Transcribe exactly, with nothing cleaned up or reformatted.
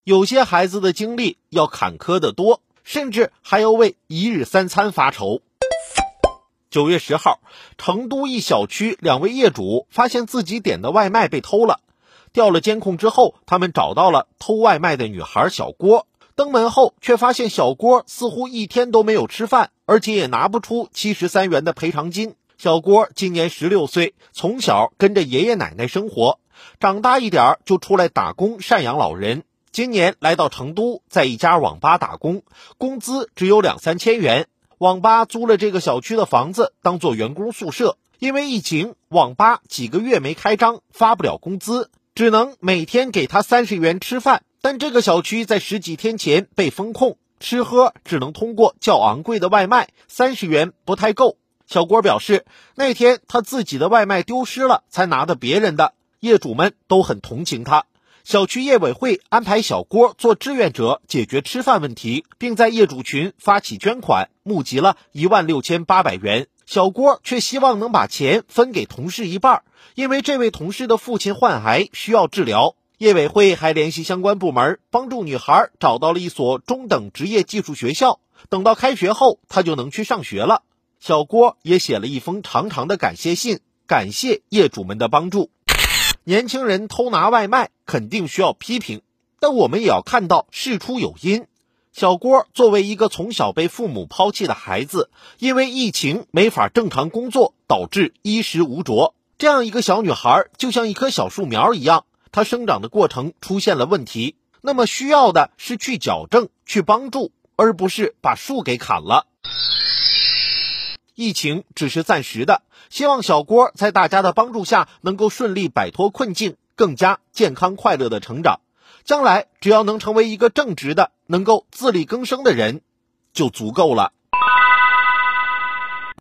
有些孩子的经历要坎坷得多，甚至还要为一日三餐发愁。九月十号，成都一小区两位业主发现自己点的外卖被偷了。调了监控之后，他们找到了偷外卖的女孩小郭。登门后却发现小郭似乎一天都没有吃饭，而且也拿不出七十三元的赔偿金。小郭今年十六岁，从小跟着爷爷奶奶生活，长大一点就出来打工赡养老人。今年来到成都，在一家网吧打工，工资只有两三千元。网吧租了这个小区的房子当做员工宿舍，因为疫情，网吧几个月没开张，发不了工资，只能每天给他三十元吃饭。但这个小区在十几天前被封控，吃喝只能通过较昂贵的外卖，三十元不太够。小郭表示，那天他自己的外卖丢失了，才拿的别人的，业主们都很同情他。小区业委会安排小郭做志愿者解决吃饭问题，并在业主群发起捐款，募集了一万六千八百元。小郭却希望能把钱分给同事一半，因为这位同事的父亲患癌需要治疗。业委会还联系相关部门，帮助女孩找到了一所中等职业技术学校，等到开学后她就能去上学了。小郭也写了一封长长的感谢信，感谢业主们的帮助。年轻人偷拿外卖肯定需要批评，但我们也要看到事出有因。小郭作为一个从小被父母抛弃的孩子，因为疫情没法正常工作，导致衣食无着。这样一个小女孩就像一棵小树苗一样，她生长的过程出现了问题，那么需要的是去矫正，去帮助，而不是把树给砍了。疫情只是暂时的，希望小郭在大家的帮助下能够顺利摆脱困境，更加健康快乐的成长。将来只要能成为一个正直的、能够自力更生的人，就足够了。